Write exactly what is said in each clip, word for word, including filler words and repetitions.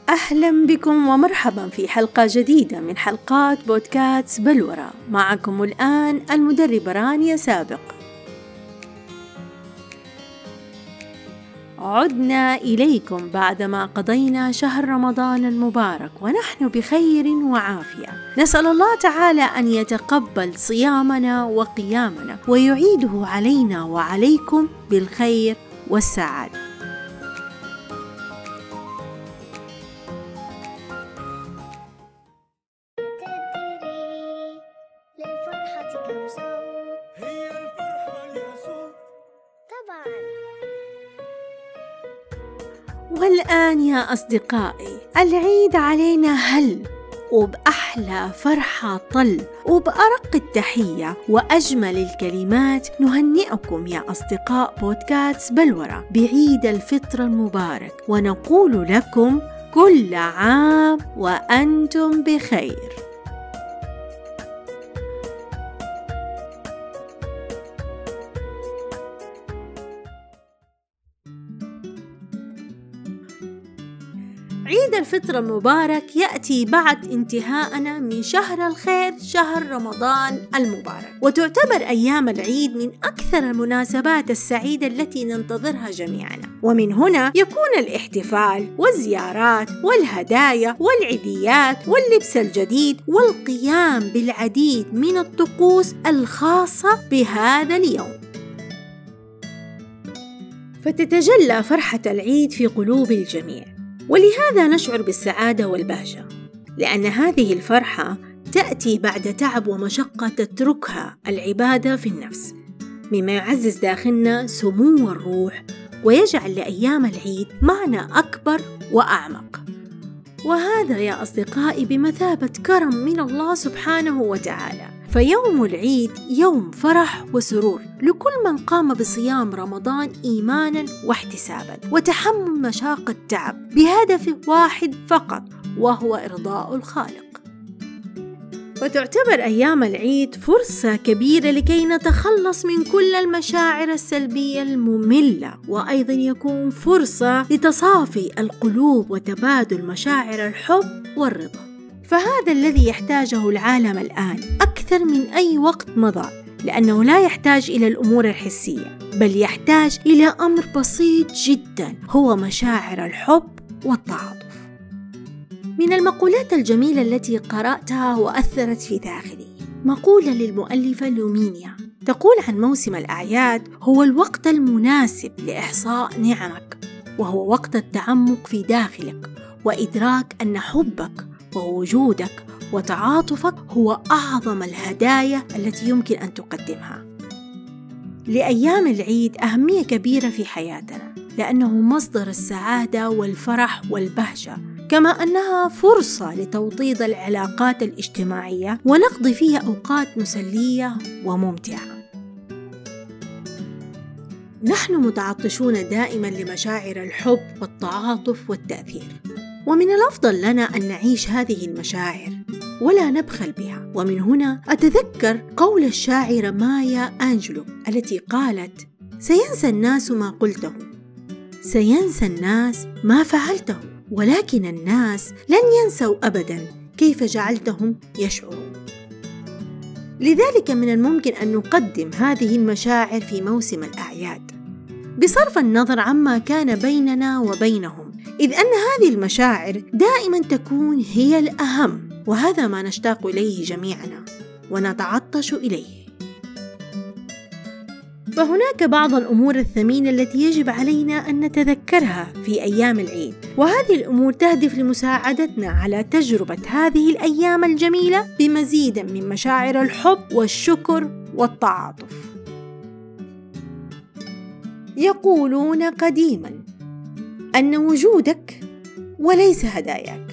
أهلا بكم ومرحبا في حلقة جديدة من حلقات بودكاست بلورة. معكم الآن المدربة رانيا سابق. عدنا إليكم بعدما قضينا شهر رمضان المبارك ونحن بخير وعافية. نسأل الله تعالى أن يتقبل صيامنا وقيامنا ويعيده علينا وعليكم بالخير والسعادة. والآن يا أصدقائي، العيد علينا هل وبأحلى فرحة طل، وبأرق التحية وأجمل الكلمات نهنئكم يا أصدقاء بودكاست بلورة بعيد الفطر المبارك، ونقول لكم كل عام وأنتم بخير. عيد الفطر المبارك يأتي بعد انتهاءنا من شهر الخير شهر رمضان المبارك، وتعتبر أيام العيد من أكثر المناسبات السعيدة التي ننتظرها جميعنا، ومن هنا يكون الاحتفال والزيارات والهدايا والعيديات واللبس الجديد والقيام بالعديد من الطقوس الخاصة بهذا اليوم. فتتجلى فرحة العيد في قلوب الجميع، ولهذا نشعر بالسعادة والبهجة، لأن هذه الفرحة تأتي بعد تعب ومشقة تتركها العبادة في النفس، مما يعزز داخلنا سمو الروح ويجعل لأيام العيد معنى أكبر وأعمق. وهذا يا أصدقائي بمثابة كرم من الله سبحانه وتعالى. فيوم العيد يوم فرح وسرور لكل من قام بصيام رمضان إيمانا واحتسابا وتحمل مشاق التعب بهدف واحد فقط، وهو إرضاء الخالق. فتعتبر أيام العيد فرصة كبيرة لكي نتخلص من كل المشاعر السلبية المملة، وأيضا يكون فرصة لتصافي القلوب وتبادل مشاعر الحب والرضا. فهذا الذي يحتاجه العالم الآن أكثر من أي وقت مضى، لأنه لا يحتاج إلى الأمور الحسية، بل يحتاج إلى أمر بسيط جدا، هو مشاعر الحب والتعاطف. من المقولات الجميلة التي قرأتها وأثرت في داخلي مقولة للمؤلفة لومينيا تقول عن موسم الأعياد: هو الوقت المناسب لإحصاء نعمك، وهو وقت التعمق في داخلك وإدراك أن حبك ووجودك وتعاطفك هو أعظم الهدايا التي يمكن أن تقدمها. لأيام العيد أهمية كبيرة في حياتنا، لأنه مصدر السعادة والفرح والبهجة، كما أنها فرصة لتوطيد العلاقات الاجتماعية ونقضي فيها أوقات مسلية وممتعة. نحن متعطشون دائما لمشاعر الحب والتعاطف والتأثير، ومن الأفضل لنا أن نعيش هذه المشاعر ولا نبخل بها. ومن هنا أتذكر قول الشاعرة مايا أنجلو التي قالت: سينسى الناس ما قلته، سينسى الناس ما فعلته، ولكن الناس لن ينسوا أبدا كيف جعلتهم يشعرون. لذلك من الممكن أن نقدم هذه المشاعر في موسم الأعياد بصرف النظر عما كان بيننا وبينهم، إذ أن هذه المشاعر دائما تكون هي الأهم، وهذا ما نشتاق إليه جميعنا ونتعطش إليه. فهناك بعض الأمور الثمينة التي يجب علينا أن نتذكرها في أيام العيد، وهذه الأمور تهدف لمساعدتنا على تجربة هذه الأيام الجميلة بمزيد من مشاعر الحب والشكر والتعاطف. يقولون قديما أن وجودك وليس هداياك،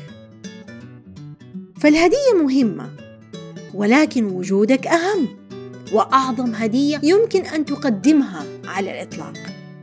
فالهدية مهمة، ولكن وجودك أهم وأعظم هدية يمكن أن تقدمها على الإطلاق.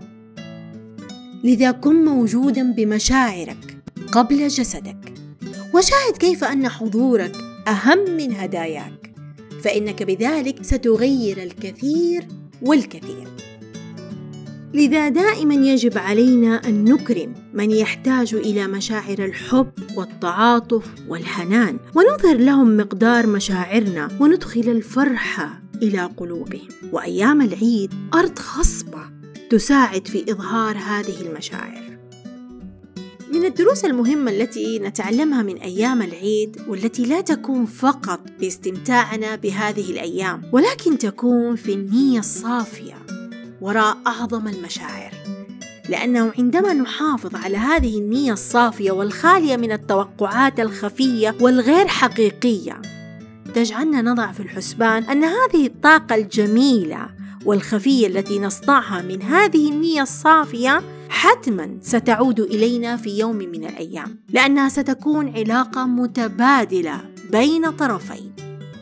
لذا كن موجودا بمشاعرك قبل جسدك، وشاهد كيف أن حضورك أهم من هداياك، فإنك بذلك ستغير الكثير والكثير. لذا دائما يجب علينا أن نكرم من يحتاج إلى مشاعر الحب والتعاطف والحنان، ونظهر لهم مقدار مشاعرنا وندخل الفرحة إلى قلوبهم. وأيام العيد أرض خصبة تساعد في إظهار هذه المشاعر. من الدروس المهمة التي نتعلمها من أيام العيد، والتي لا تكون فقط باستمتاعنا بهذه الأيام، ولكن تكون في النية الصافية وراء أعظم المشاعر، لأنه عندما نحافظ على هذه النية الصافية والخالية من التوقعات الخفية والغير حقيقية، تجعلنا نضع في الحسبان أن هذه الطاقة الجميلة والخفية التي نصنعها من هذه النية الصافية حتماً ستعود إلينا في يوم من الأيام، لأنها ستكون علاقة متبادلة بين طرفين.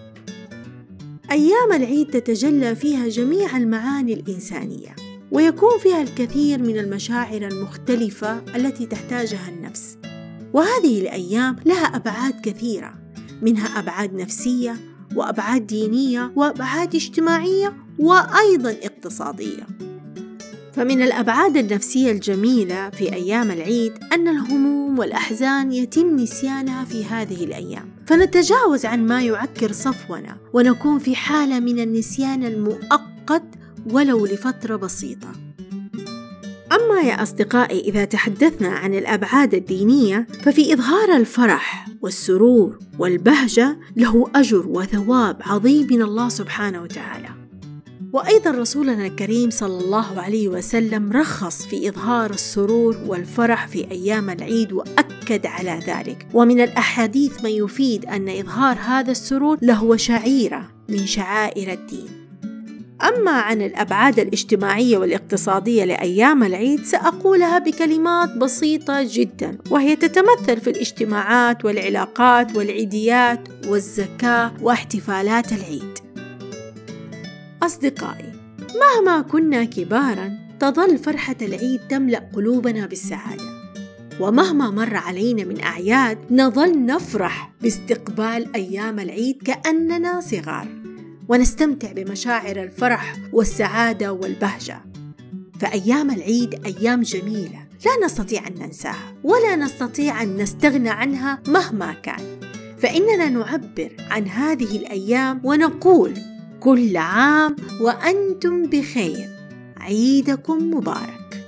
أيام العيد تتجلى فيها جميع المعاني الإنسانية، ويكون فيها الكثير من المشاعر المختلفة التي تحتاجها النفس. وهذه الأيام لها أبعاد كثيرة، منها أبعاد نفسية وأبعاد دينية وأبعاد اجتماعية وأيضاً اقتصادية. فمن الأبعاد النفسية الجميلة في أيام العيد أن الهموم والأحزان يتم نسيانها في هذه الأيام، فنتجاوز عن ما يعكر صفونا ونكون في حالة من النسيان المؤقت ولو لفترة بسيطة. أما يا أصدقائي، إذا تحدثنا عن الأبعاد الدينية، ففي إظهار الفرح والسرور والبهجة له أجر وثواب عظيم من الله سبحانه وتعالى. وأيضا رسولنا الكريم صلى الله عليه وسلم رخص في إظهار السرور والفرح في أيام العيد وأكد على ذلك، ومن الأحاديث ما يفيد أن إظهار هذا السرور له شعيرة من شعائر الدين. أما عن الأبعاد الاجتماعية والاقتصادية لأيام العيد سأقولها بكلمات بسيطة جدا، وهي تتمثل في الاجتماعات والعلاقات والعيديات والزكاة واحتفالات العيد. أصدقائي، مهما كنا كباراً تظل فرحة العيد تملأ قلوبنا بالسعادة، ومهما مر علينا من أعياد نظل نفرح باستقبال أيام العيد كأننا صغار، ونستمتع بمشاعر الفرح والسعادة والبهجة. فأيام العيد أيام جميلة لا نستطيع أن ننساها ولا نستطيع أن نستغنى عنها مهما كان، فإننا نعبر عن هذه الأيام ونقول: كل عام وأنتم بخير، عيدكم مبارك.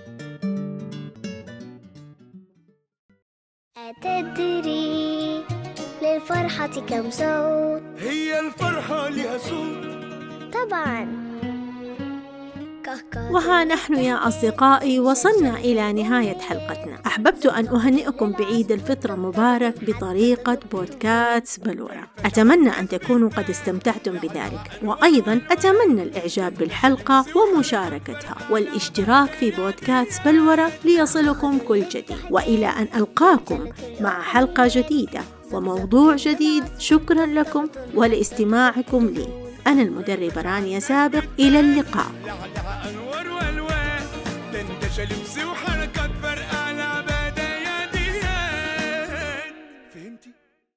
أتدري للفرحة كم صوت؟ هي الفرحة لها صوت طبعاً. وها نحن يا أصدقائي وصلنا إلى نهاية حلقتنا. أحببت أن أهنئكم بعيد الفطر المبارك بطريقة بودكاست بلورة. أتمنى أن تكونوا قد استمتعتم بذلك، وأيضا أتمنى الإعجاب بالحلقة ومشاركتها والاشتراك في بودكاست بلورة ليصلكم كل جديد. وإلى أن ألقاكم مع حلقة جديدة وموضوع جديد، شكرا لكم ولاستماعكم لي. أنا المدربة رانيا سابق، إلى اللقاء. أنوار والوان تندش لبس وحركات فرقة لعبة.